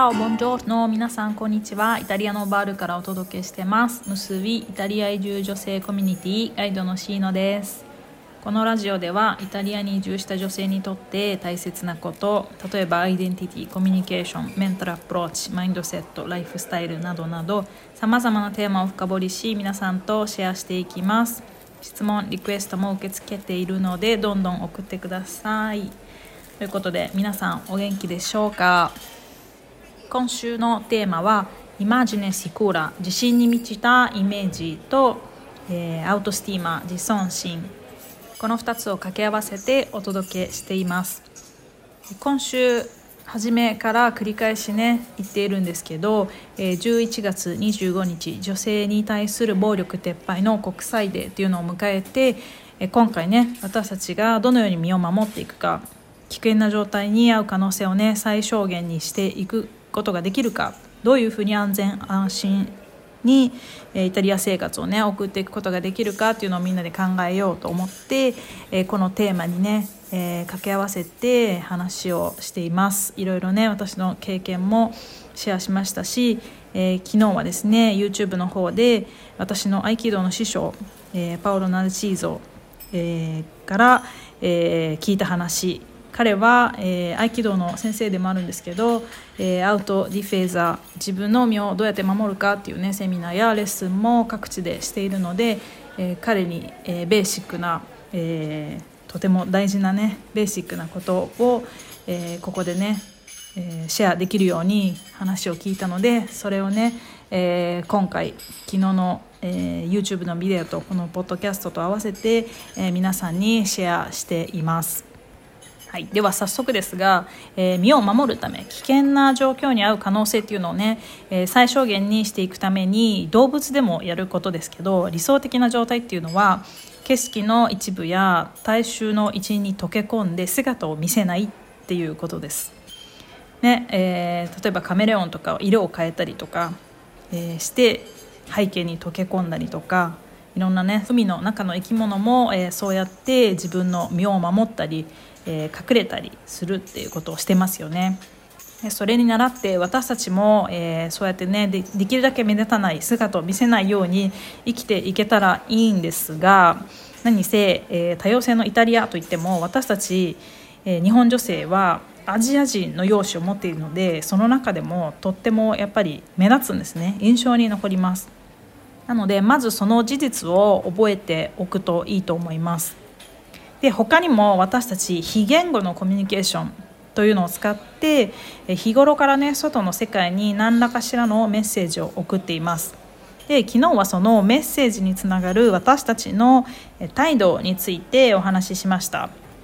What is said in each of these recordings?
チャオ、ボンジョーの皆さんこんにちは。イタリアのバールからお届けしてます。結びイタリア移住女性コミュニティガイドのシーノです。このラジオではイタリアに移住した女性にとって大切なこと、例えばアイデンティティ、コミュニケーション、メンタルアプローチ、マインドセット、ライフスタイルなどなどさまざまなテーマを深掘りし、皆さんとシェアしていきます。質問、リクエストも受け付けているのでどんどん送ってください。ということで皆さんお元気でしょうか。今週のテーマはイマジネシクーラ、自信に満ちたイメージと、アウトスティーマ、自尊心、この2つを掛け合わせてお届けしています。今週初めから繰り返し言っているんですけど、11月25日女性に対する暴力撤廃の国際デーというのを迎えて、今回私たちがどのように身を守っていくか、危険な状態に遭う可能性を最小限にしていくことができるか、どういうふうに安全安心にイタリア生活を送っていくことができるかっていうのをみんなで考えようと思って、このテーマに掛け合わせて話をしています。いろいろ私の経験もシェアしましたし、昨日はですね YouTube の方で私の合気道の師匠、パオロ・ナルチーゾ、から、聞いた話。彼は、合気道の先生でもあるんですけど、アウトディフェーザー、自分の身をどうやって守るかっていうセミナーやレッスンも各地でしているので、彼に、ベーシックな、とても大事なベーシックなことを、ここでシェアできるように話を聞いたので、それを今回昨日の、YouTube のビデオとこのポッドキャストと合わせて、皆さんにシェアしています。はい、では早速ですが、身を守るため危険な状況に遭う可能性っていうのを最小限にしていくために動物でもやることですけど、理想的な状態っていうのは景色の一部や大衆の一員に溶け込んで姿を見せないっていうことです、例えばカメレオンとか色を変えたりとか、して背景に溶け込んだりとか、いろんな海の中の生き物も、そうやって自分の身を守ったり、隠れたりするっていうことをしてますよね。それに倣って私たちも、そうやってできるだけ目立たない姿を見せないように生きていけたらいいんですが、何せ、多様性のイタリアといっても私たち、日本女性はアジア人の容姿を持っているので、その中でもとってもやっぱり目立つんですね。印象に残ります。なのでまずその事実を覚えておくといいと思います。で、他にも私たち非言語のコミュニケーションというのを使って日頃から外の世界に何らかしらのメッセージを送っています。で、昨日はそのメッセージにつながる私たちの態度についてお話ししました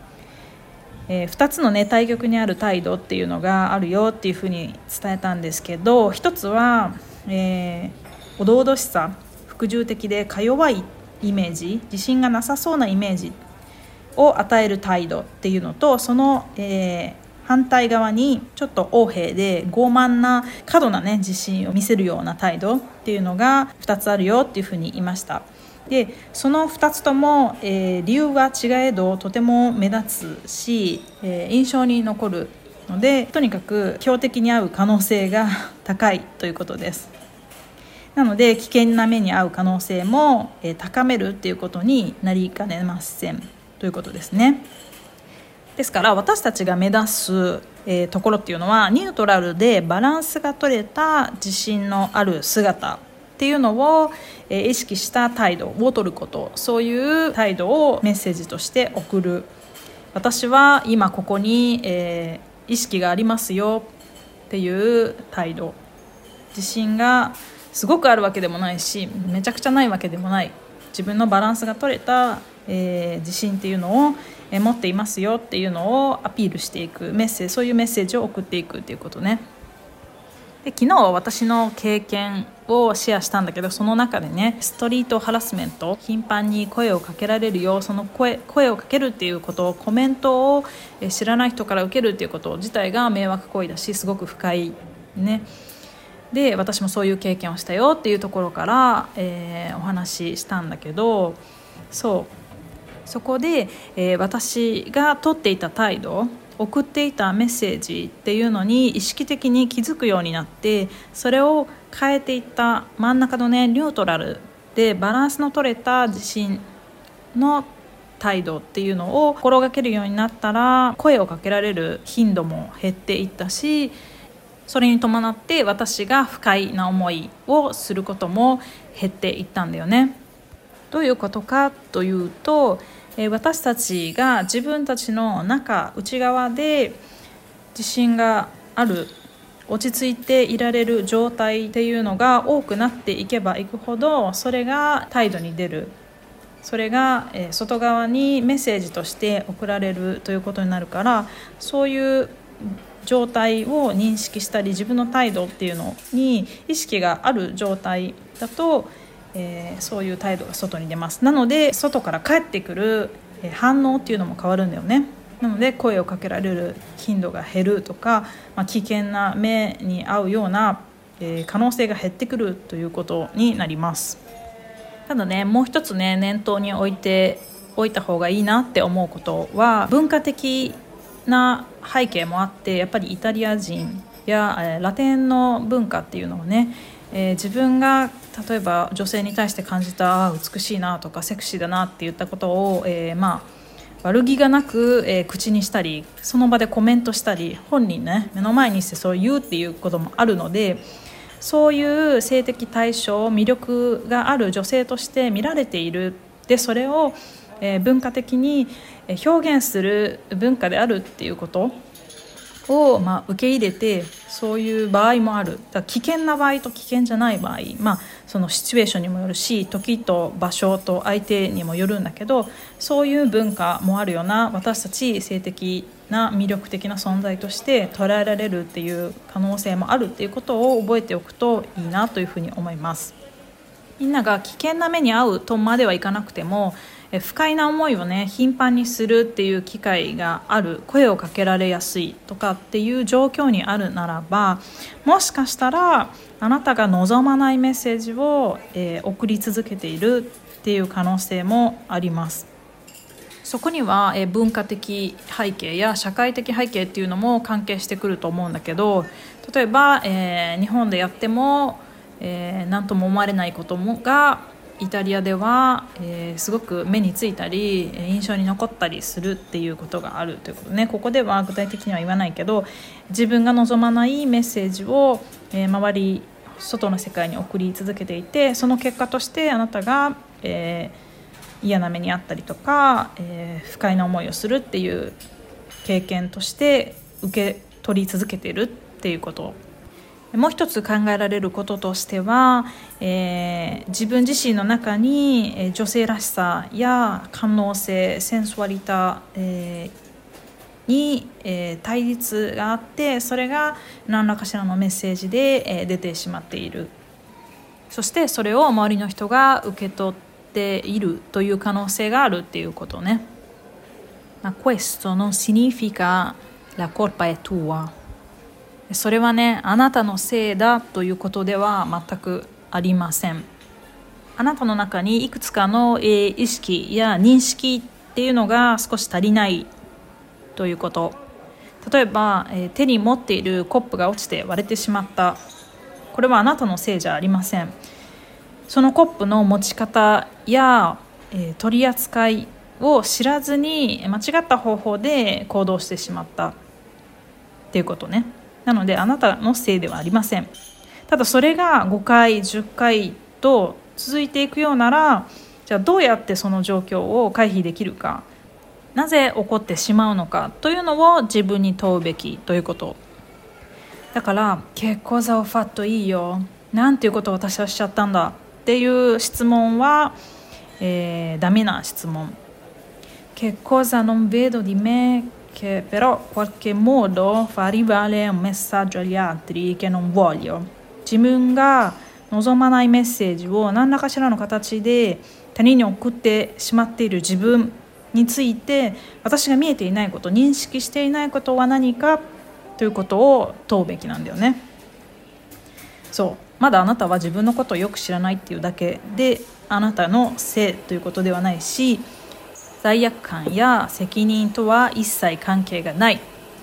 。2つの対極にある態度っていうのがあるよっていうふうに伝えたんですけど、一つは、おどおどしさ、服従的でか弱いイメージ、自信がなさそうなイメージを与える態度っていうのと、その、反対側にちょっと横柄で傲慢な過度な自信を見せるような態度っていうのが2つあるよっていうふうに言いました。で、その2つとも、理由は違えどとても目立つし、印象に残るので、とにかく標的に遭う可能性が高いということです。なので危険な目に遭う可能性も、高めるっていうことになりかねませんということですね。ですから私たちが目指す、ところっていうのはニュートラルでバランスが取れた自信のある姿っていうのを、意識した態度を取ること、そういう態度をメッセージとして送る。私は今ここに、意識がありますよっていう態度。自信がすごくあるわけでもないし、めちゃくちゃないわけでもない、自分のバランスが取れた、自信っていうのを、持っていますよっていうのをアピールしていくメッセージ、そういうメッセージを送っていくっていうことね。で、昨日は私の経験をシェアしたんだけど、その中でストリートハラスメント、頻繁に声をかけられるよ、その声をかけるっていうことを、コメントを知らない人から受けるっていうこと自体が迷惑行為だし、すごく不快で、私もそういう経験をしたよっていうところから、お話ししたんだけど、そこで、私が取っていた態度送っていたメッセージっていうのに意識的に気づくようになって、それを変えていった。真ん中のね、ニュートラルでバランスの取れた自信の態度っていうのを心がけるようになったら、声をかけられる頻度も減っていったし、それに伴って私が不快な思いをすることも減っていったんだよね。どういうことかというと、私たちが自分たちの内側で自信がある、落ち着いていられる状態っていうのが多くなっていけばいくほど、それが態度に出る、それが外側にメッセージとして送られるということになるから、そういう状態を認識したり、自分の態度っていうのに意識がある状態だと、そういう態度が外に出ます。なので外から返ってくる反応っていうのも変わるんだよね。なので声をかけられる頻度が減るとか、危険な目に遭うような、可能性が減ってくるということになります。ただね、もう一つね、念頭に置いた方がいいなって思うことは、文化的な背景もあって、やっぱりイタリア人やラテンの文化っていうのをね、自分が例えば女性に対して感じた美しいなとかセクシーだなって言ったことを、悪気がなく、口にしたり、その場でコメントしたり、本人ね目の前にしてそう言うっていうこともあるので、そういう性的対象、魅力がある女性として見られている。でそれを、文化的に表現する文化であるっていうことを、受け入れて、そういう場合もある。だから危険な場合と危険じゃない場合、そのシチュエーションにもよるし、時と場所と相手にもよるんだけど、そういう文化もあるような、私たち性的な魅力的な存在として捉えられるっていう可能性もあるっていうことを覚えておくといいなというふうに思います。みんなが危険な目に遭うとまではいかなくても、不快な思いをね頻繁にするっていう機会がある、声をかけられやすいとかっていう状況にあるならば、もしかしたらあなたが望まないメッセージを、送り続けているっていう可能性もあります。そこには、文化的背景や社会的背景っていうのも関係してくると思うんだけど、例えば、日本でやっても、何とも思われないことがイタリアでは、すごく目についたり印象に残ったりするっていうことがあるということね。ここでは具体的には言わないけど、自分が望まないメッセージを、周り外の世界に送り続けていて、その結果としてあなたが、嫌な目にあったりとか、不快な思いをするっていう経験として受け取り続けているっていうこと。もう一つ考えられることとしては、自分自身の中に、女性らしさや官能性、センスワリタ、に、対立があって、それが何らかしらのメッセージで、出てしまっている。そしてそれを周りの人が受け取っているという可能性があるっていうことね。Questo non significa la colpa è tua。それはね、あなたのせいだということでは全くありません。あなたの中にいくつかの意識や認識っていうのが少し足りないということ。例えば、手に持っているコップが落ちて割れてしまった。これはあなたのせいじゃありません。そのコップの持ち方や、取り扱いを知らずに間違った方法で行動してしまったっていうことね。なのであなたのせいではありません。ただそれが5回10回と続いていくようなら、じゃあどうやってその状況を回避できるか、なぜ起こってしまうのかというのを自分に問うべきということ。だからche cosa ho fatto io、なんていうことを私はしちゃったんだっていう質問は、ダメな質問。che cosa non vedo di me che però qualche modo fa arrivare un messaggio agli altri che non voglio。 自分が望まないメッセージを何らかしらの形で他人に送ってしまっている自分について、私が見えていないこと、認識していないことは何かということを問うべきなんだよね。そう、まだあなたは自分のことをよく知らないっていうだけで、あなたのせいということではないし、罪悪感や責任とは一切関係がない。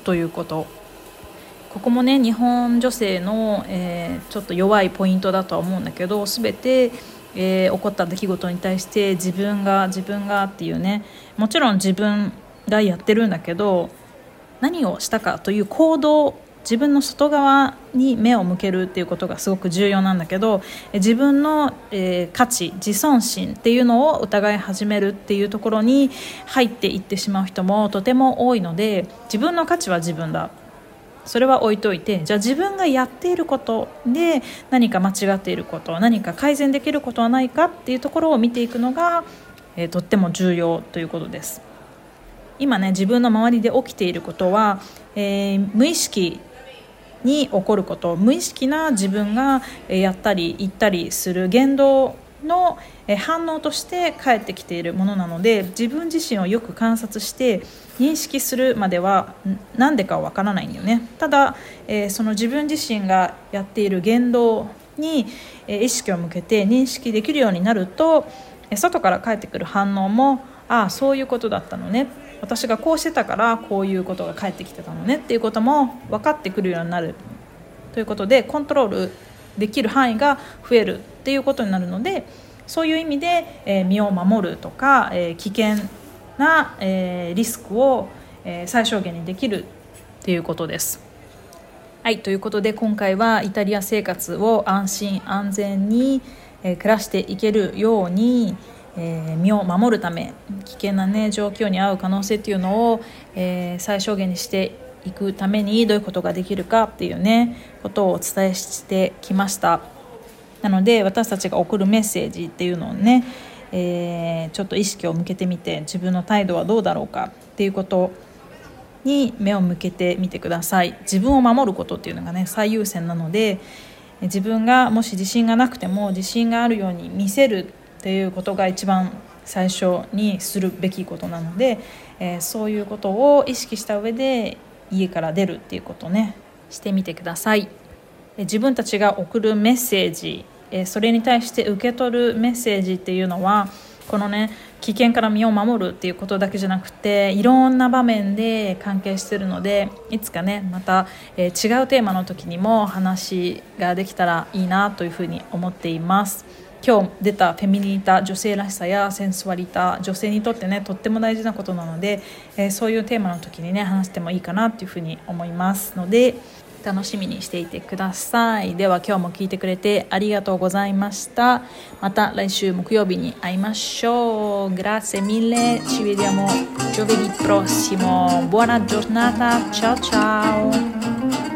ということ。ここもね日本女性の、ちょっと弱いポイントだとは思うんだけど、全て、起こった出来事に対して自分がっていうね、もちろん自分がやってるんだけど、何をしたかという行動、自分の外側に目を向けるっていうことがすごく重要なんだけど、自分の、価値、自尊心っていうのを疑い始めるっていうところに入っていってしまう人もとても多いので、自分の価値は自分だ、それは置いといて、じゃあ自分がやっていることで何か間違っていること、何か改善できることはないかっていうところを見ていくのが、とっても重要ということです。今ね自分の周りで起きていることは、無意識に起こること、無意識な自分がやったり言ったりする言動の反応として返ってきているものなので、自分自身をよく観察して認識するまでは何でかわからないんだよね。ただ、その自分自身がやっている言動に意識を向けて認識できるようになると、外から返ってくる反応も、ああそういうことだったのね、私がこうしてたからこういうことが返ってきてたのねっていうことも分かってくるようになるということで、コントロールできる範囲が増えるっていうことになるので、そういう意味で、身を守るとか、危険な、リスクを、最小限にできるっていうことです。はい、ということで今回はイタリア生活を安心安全に、暮らしていけるように、身を守るため、危険な、状況に遭う可能性っていうのを、最小限にしていくためにどういうことができるかっていうことをお伝えしてきました。なので私たちが送るメッセージっていうのをちょっと意識を向けてみて、自分の態度はどうだろうかっていうことに目を向けてみてください。自分を守ることっていうのが最優先なので、自分がもし自信がなくても自信があるように見せるっていうことが一番最初にするべきことなので、そういうことを意識した上で家から出るっていうことをしてみてください。自分たちが送るメッセージ、それに対して受け取るメッセージっていうのは、この危険から身を守るっていうことだけじゃなくて、いろんな場面で関係しているので、いつかまた、違うテーマの時にも話ができたらいいなというふうに思っています。今日出たフェミニタ、女性らしさやセンスワリタ、女性にとってとっても大事なことなので、そういうテーマの時に話してもいいかなというふうに思いますので、楽しみにしていてください。では今日も聞いてくれてありがとうございました。また来週木曜日に会いましょう。Grazie mille, ci vediamo giovedì prossimo. Buona giornata, ciao ciao.